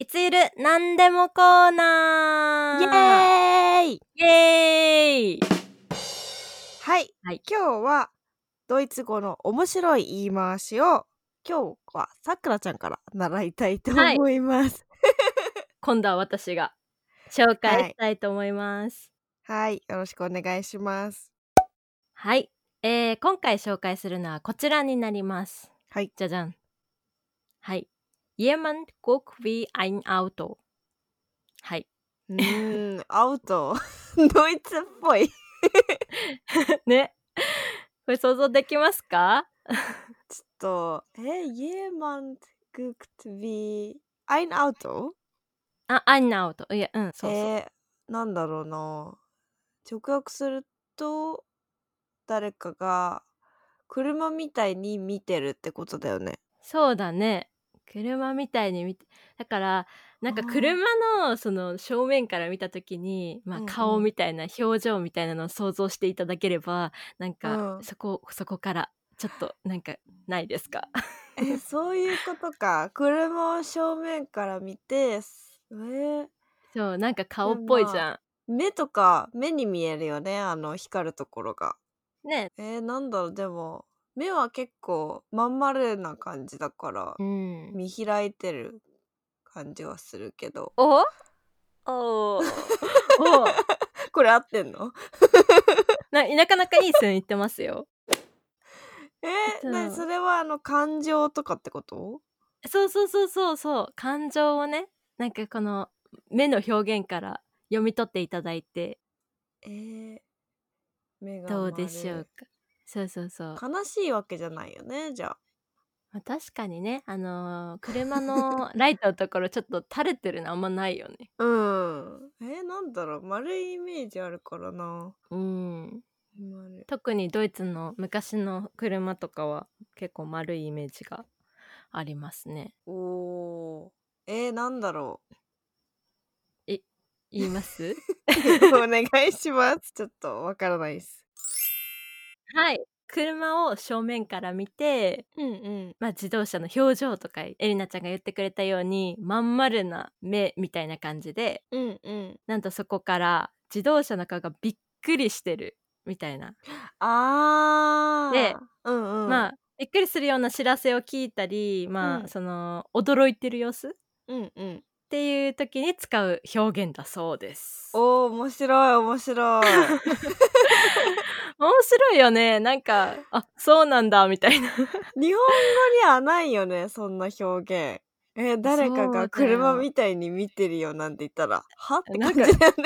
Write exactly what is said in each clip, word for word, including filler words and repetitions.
いつゆるなんでもコーナーイエーイイエーイはい、 はい。 今日はドイツ語の面白い言い回しを今日はさくらちゃんから習いたいとはい。 思います。 今度は私が紹介はい。 したいと思います。 はい、よろしくお願いします。 はい、えー、今回紹介するのはこちらになります。 はい。 じゃじゃん。はい。Jemand guckt wie ein Auto。はい。 うーん、アウト。ドイツっぽい。 ね。これ想像できますか？ ちょっと、え、jemand guckt wie ein Auto？ あ、ein Auto。いや、うん、そうそう。 えー、なんだろうな。直訳すると、誰かが車みたいに見てるってことだよね。 そうだね。車みたいに見てだからなんか車のその正面から見た時に、まあ、 うんうん顔みたいな表情みたいなのを想像していただければ、なんかうん。 そこそこからちょっとなんかないですか？ え、そういうことか。車を正面から見て、すえー、 そう、なんか顔っでもまあ、 ぽいじゃ目とか目に見えるよね、あの光るところが。 ん。ね。 えー、なんだろう、でも、目は結構まん丸な感じだから、 うん。 見開いてる感じはするけど。 お？おお。お。 これ合ってんの？ ななかなかいい線いってますよ。 えー、なにそそう。 れはあの感情とかってこと？ そうそうそうそうそう、感情をね、なんかこの目の表現から読み取っていただいてえー、目がどうでしょう丸。 か。そうそうそう。 悲しいわけじゃないよね、じゃあ。 ま、確かにね、あの、車のライトのところちょっと垂れてるのあんまないよね。 うん。えー、なんだろう、丸いイメージあるからな。 うーん。 丸。 特にドイツの昔の車とかは結構丸いイメージがありますね。 おー。えー、なんだろう。 え、言います？ お願いします。ちょっとわからないっす。 はい。車を正面から見て、 うんうん。 ま、自動車の表情とか、エリナちゃんが言ってくれたように、まん丸な目みたいな感じで、 うんうん。 なんとそこから自動車の顔がびっくりしてるみたいな。で、 ああ。うんうん。 まあ、びっくりするような知らせを聞いたり、まあ、 うん。 その、驚いてる様子っうんうん。 ていう時に使う表現だそうです。 おー、面白い面白い。 面白いよね。なんか、あ、そうなんだみたいな。 日本語にはないよね、そんな表現。え、誰かがそうだよ。 車みたいに見てるよなんて言ったら、はってなんか感じだよね。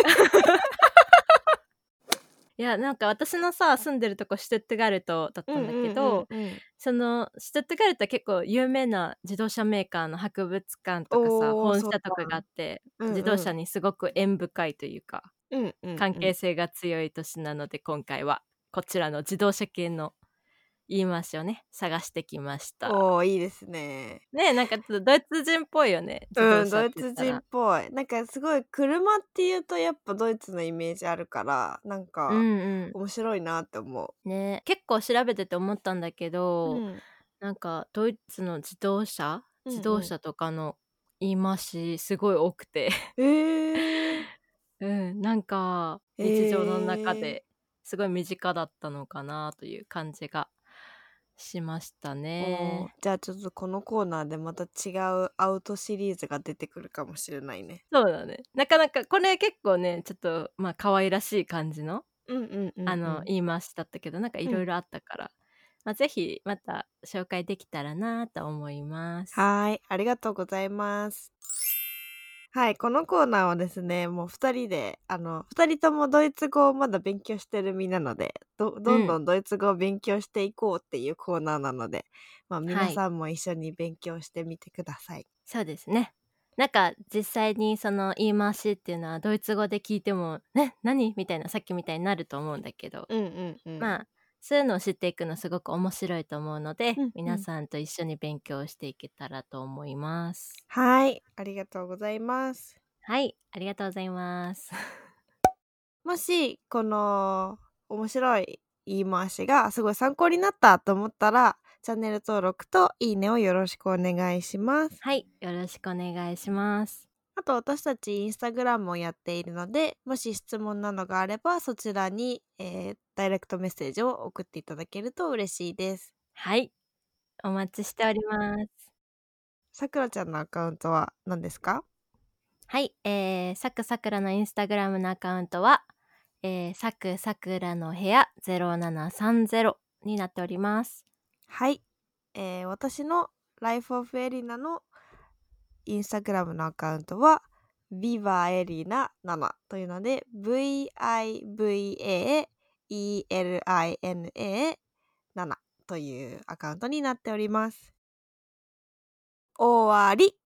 いや、なんか私のさ、住んでるとこシュトゥットガルトだっうんたんだけうんうんど、 うん。 そのシュトゥットガルトは結構有名な自動車メーカーの博物館とかさ、 おー、 本そうだ。 社とかがあって、 うんうん。 自動車にすごく縁深いというか、 うんうん関うん。 係性が強い都市なので、今回はこちらの自動車系の言い回しをね、探してきました。 おー、いいですね。 ね、なんかちょっとドイツ人っぽいよね、自動うん、 車っドイツ人って言ったら。 ぽい。なんかすごい車っていうとやっぱドイツのイメージあるから、なんうんかうん。 面白いなって思う。 ね、結構調べてて思ったんだけど、 うん。 なんかドイツの自動車うんうん。 自動車とかの言い回しすごい多くて、 えー、 うん、なんかえ日常の中ー。 ですごい身近だったのかなという感じがしましたおー、 ね。 じゃあちょっとこのコーナーでまた違うアウトシリーズが出てくるかもしれないね。 そうだね。なかなかこれ結構ね、ちょっと、ま、可愛らしい感じの、 うんうんうあの、 んうん。 言い回しだったけど、なんかうん。 色々あったから、ま、ぜひまた紹介できたらなと思います。 はーい、ありがとうございます。はい、このコーナーはですね、もうふたりで、あの、ふたりともドイツ語をまだ勉強してる身なので、どどんどうん、 んドイツ語を勉強していこうっていうコーナーなので、まあ、 はい。 皆さんも一緒に勉強してみてください。 そうですね。なんか実際にその言い回しっていうのはドイツ語で聞いても「え、何？」みたいな、さっきみたいになると思うんだけど、 うんうんうん。 まあ、そういうのを知っていくのすごく面白いと思うので、 うんうん。 皆さんと一緒に勉強していけたらと思います。 はい、ありがとうございます。 はい、ありがとうございます。 もし、この面白い言い回しがすごい参考になったと思ったら、チャンネル登録といいねをよろしくお願いします。 はい、よろしくお願いします。 あと私たちインスタグラムをやっているので、もし質問などがあればそちらに、えーダイレクトメッセージを送っていただけると嬉しいです。 はい、お待ちしております。 さくらちゃんのアカウントは何ですか？ はい、えー、さくさくらのインスタグラムのアカウントは、えー、さくさくらの部屋ゼロななさんゼロになっております。 はい、えー私の Life of Elina のインスタグラムのアカウントは viva elina ななというので viva elina ななというアカウントになっております。終わり。